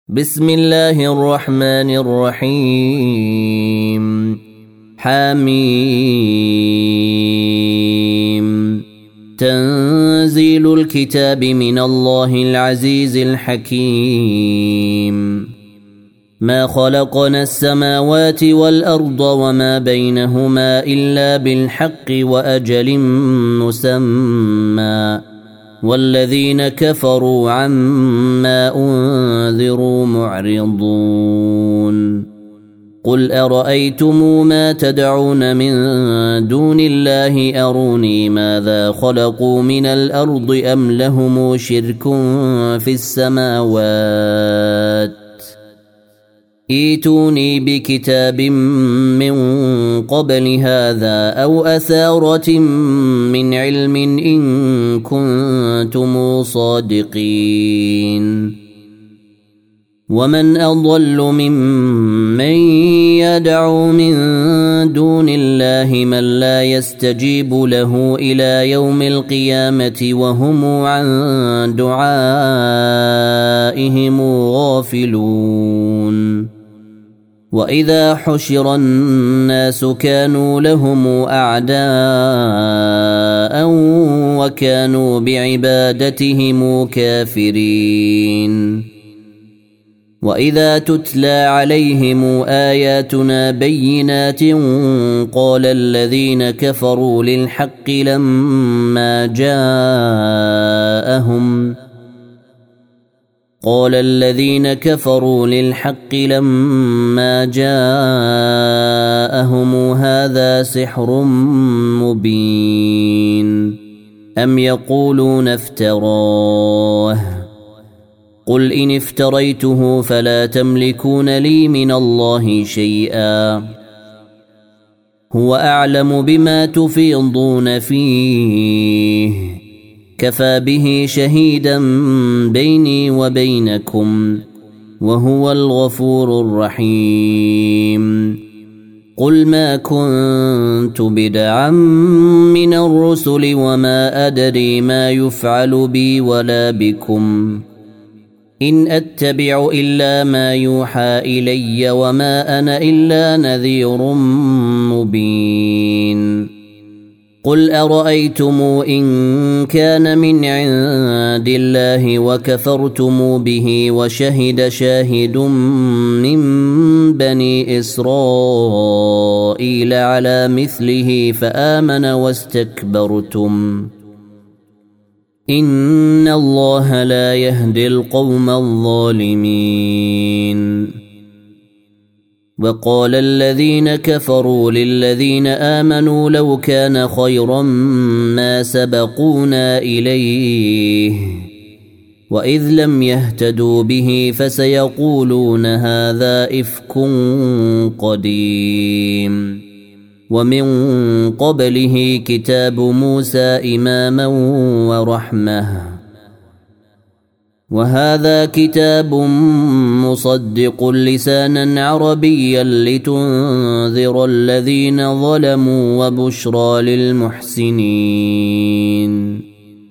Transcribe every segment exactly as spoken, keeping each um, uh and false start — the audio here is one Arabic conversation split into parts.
بسم الله الرحمن الرحيم. حميم. تنزيل الكتاب من الله العزيز الحكيم. ما خلقنا السماوات والأرض وما بينهما إلا بالحق وأجل مسمى، والذين كفروا عما أنذروا معرضون. قل أرأيتم ما تدعون من دون الله أروني ماذا خلقوا من الأرض أم لهم شرك في السماوات، ائتوني بكتاب من قبل هذا أو أثارة من علم إن كنتم صادقين. ومن أضل ممن يدعو من دون الله من لا يستجيب له إلى يوم القيامة وهم عن دعائهم غافلون. وإذا حشر الناس كانوا لهم أعداء وكانوا بعبادتهم كافرين. وإذا تتلى عليهم آياتنا بينات قال الذين كفروا للحق لما جاءهم قال الذين كفروا للحق لما جاءهم هذا سحر مبين أم يقولون افتراه قل إن افتريته فلا تملكون لي من الله شيئا هو أعلم بما تفيضون فيه كفى به شهيدا بيني وبينكم وهو الغفور الرحيم. قل ما كنت بدعا من الرسل وما أدري ما يفعل بي ولا بكم إن أتبع إلا ما يوحى إلي وما أنا إلا نذير مبين. قل أرأيتم إن كان من عند الله وكفرتم به وشهد شاهد من بني إسرائيل على مثله فآمن واستكبرتم إن الله لا يهدي القوم الظالمين. وقال الذين كفروا للذين آمنوا لو كان خيرا ما سبقونا إليه وإذ لم يهتدوا به فسيقولون هذا إفك قديم. ومن قبله كتاب موسى إماما ورحمة وهذا كتاب مصدق لسانا عربيا لتنذر الذين ظلموا وبشرى للمحسنين.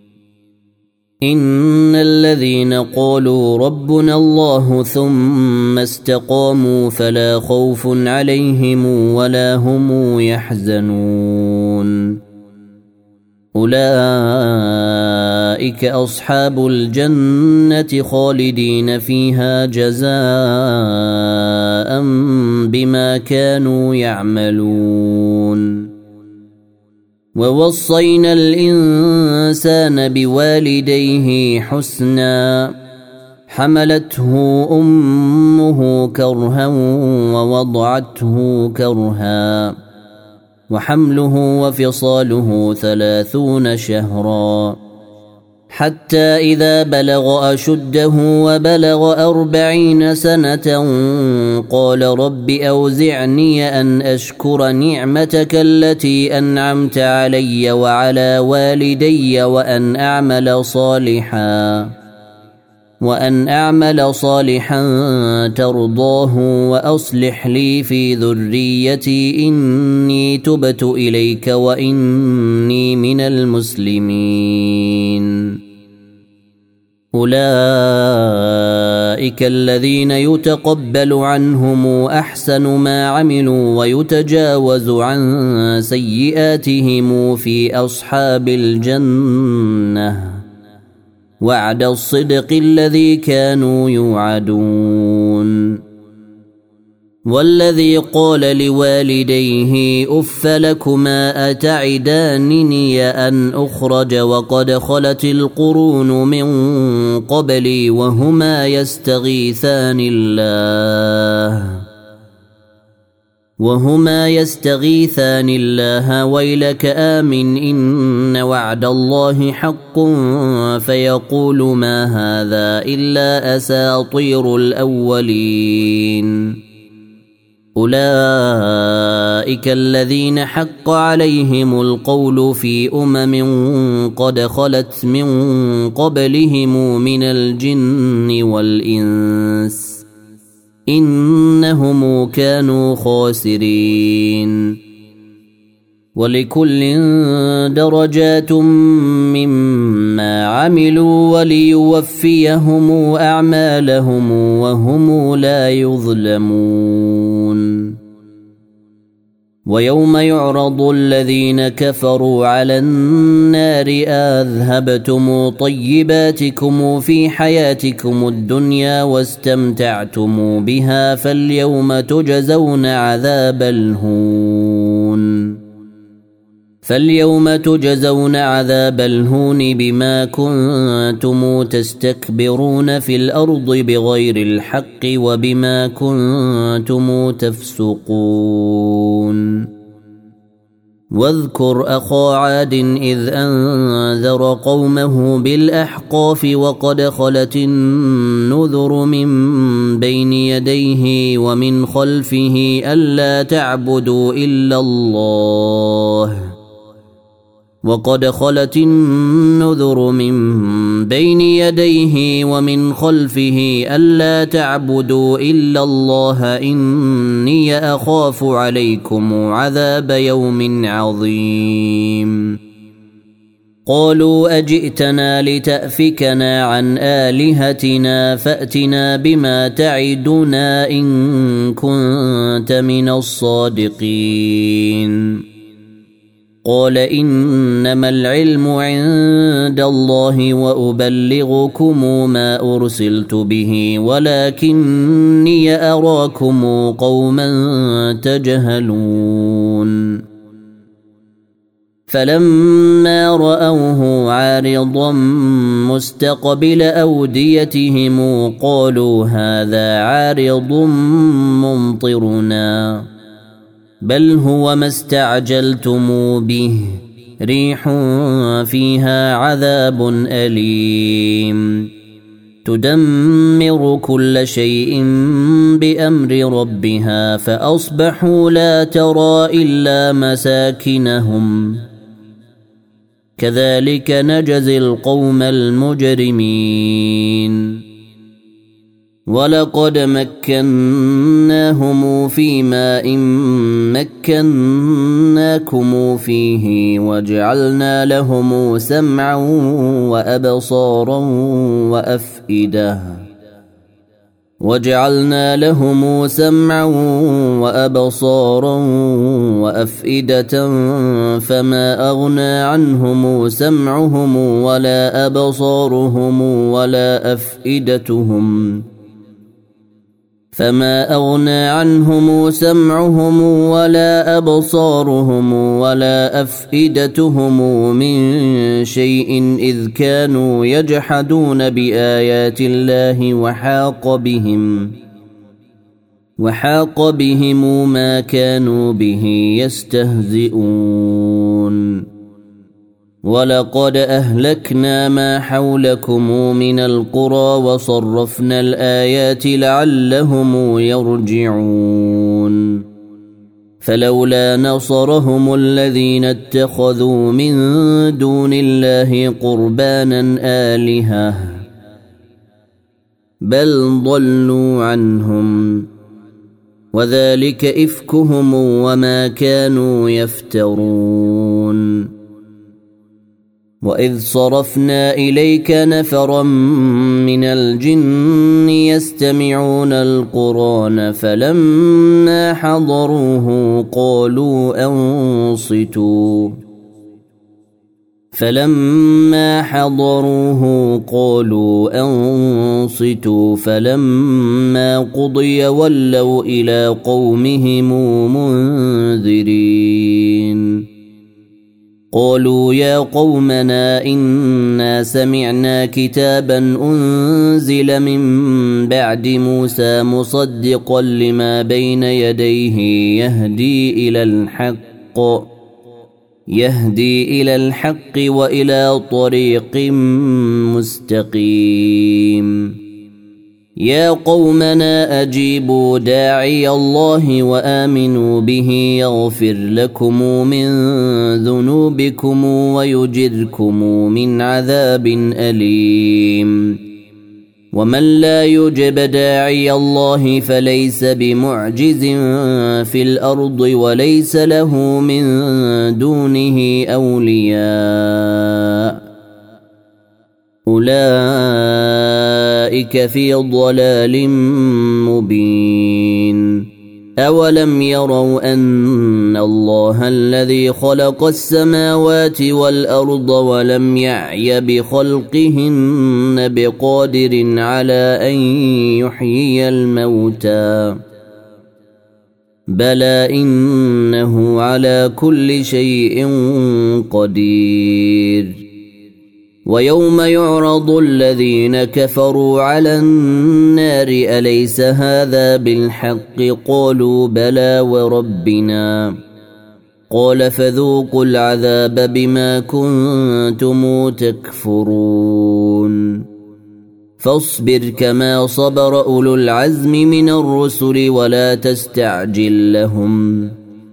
إن الذين قالوا ربنا الله ثم استقاموا فلا خوف عليهم ولا هم يحزنون أولئك أصحاب الجنة خالدين فيها جزاء بما كانوا يعملون. ووصينا الإنسان بوالديه حسنا حملته أمه كرها ووضعته كرها وحمله وفصاله ثلاثون شهرا حتى إذا بلغ أشده وبلغ أربعين سنة قال رب أوزعني أن أشكر نعمتك التي أنعمت علي وعلى والدي وأن أعمل صالحا وأن أعمل صالحا ترضاه وأصلح لي في ذريتي إني تبت إليك وإني من المسلمين. أولئك الذين يتقبل عنهم أحسن ما عملوا ويتجاوز عن سيئاتهم في أصحاب الجنة وعد الصدق الذي كانوا يوعدون. والذي قال لوالديه أف لكما أتعدانني أن أخرج وقد خلت القرون من قبلي وهما يستغيثان الله وهما يستغيثان الله ويلك آمن إن وعد الله حق فيقول ما هذا إلا أساطير الأولين. أولئك الذين حق عليهم القول في أمم قد خلت من قبلهم من الجن والإنس إنهم كانوا خاسرين. ولكل درجات مما عملوا وليوفيهم أعمالهم وهم لا يظلمون. ويوم يعرض الذين كفروا على النار أذهبتم طيباتكم في حياتكم الدنيا واستمتعتم بها فاليوم تجزون عذاب الهون فاليوم تجزون عذاب الهون بما كنتم تستكبرون في الأرض بغير الحق وبما كنتم تفسقون. واذكر أخا عاد إذ أنذر قومه بالأحقاف وقد خلت النذر من بين يديه ومن خلفه ألا تعبدوا إلا الله وقد خلت النذر من بين يديه ومن خلفه ألا تعبدوا إلا الله إني أخاف عليكم عذاب يوم عظيم. قالوا أجئتنا لتأفكنا عن آلهتنا فأتنا بما تعدنا إن كنت من الصادقين. قال إنما العلم عند الله وأبلغكم ما أرسلت به ولكني أراكم قوما تجهلون. فلما رأوه عارضا مستقبل أوديتهم قالوا هذا عارض ممطرنا بل هو ما استعجلتم به ريح فيها عذاب أليم تدمر كل شيء بأمر ربها فأصبحوا لا ترى إلا مساكنهم كذلك نجزي القوم المجرمين. ولقد مكناهم في ماء مكناكم فيه وجعلنا لهم سمعا وأبصارا وأفئدة وجعلنا لهم سمعا وأبصارا وأفئدة فما أغنى عنهم سمعهم ولا أبصارهم ولا أفئدتهم فما أغنى عنهم سمعهم ولا أبصارهم ولا أفئدتهم من شيء إذ كانوا يجحدون بآيات الله وحاق بهم وحاق بهم ما كانوا به يستهزئون. ولقد أهلكنا ما حولكم من القرى وصرفنا الآيات لعلهم يرجعون. فلولا نصرهم الذين اتخذوا من دون الله قربانا آلهة بل ضلوا عنهم وذلك إفكهم وما كانوا يفترون. وإذ صرفنا إليك نفرا من الجن يستمعون القرآن فلما حضروه قالوا أنصتوا فلما حضروه قالوا أنصتوا فلما قضي ولوا إلى قومهم منذرين قالوا يا قومنا إنا سمعنا كتابا أنزل من بعد موسى مصدقا لما بين يديه يهدي إلى الحق يهدي إلى الحق وإلى طريق مستقيم يا قومنا أجيبوا داعي الله وآمنوا به يغفر لكم من ذنوبكم ويجركم من عذاب أليم ومن لا يجب داعي الله فليس بمعجز في الأرض وليس له من دونه أولياء أولئك في ضلال مبين أولم يروا أن الله الذي خلق السماوات والأرض ولم يعي بخلقهن بقادر على أن يحيي الموتى بلى إنه على كل شيء قدير ويوم يعرض الذين كفروا على النار أليس هذا بالحق قالوا بلى وربنا قال فذوقوا العذاب بما كنتم تكفرون فاصبر كما صبر أولو العزم من الرسل ولا تستعجل لهم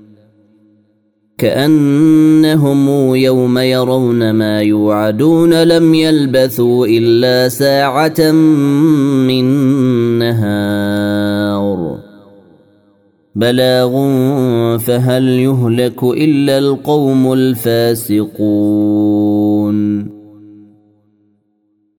كأنهم يوم يرون ما يوعدون لم يلبثوا إلا ساعة من نهار بلاغ فهل يهلك إلا القوم الفاسقون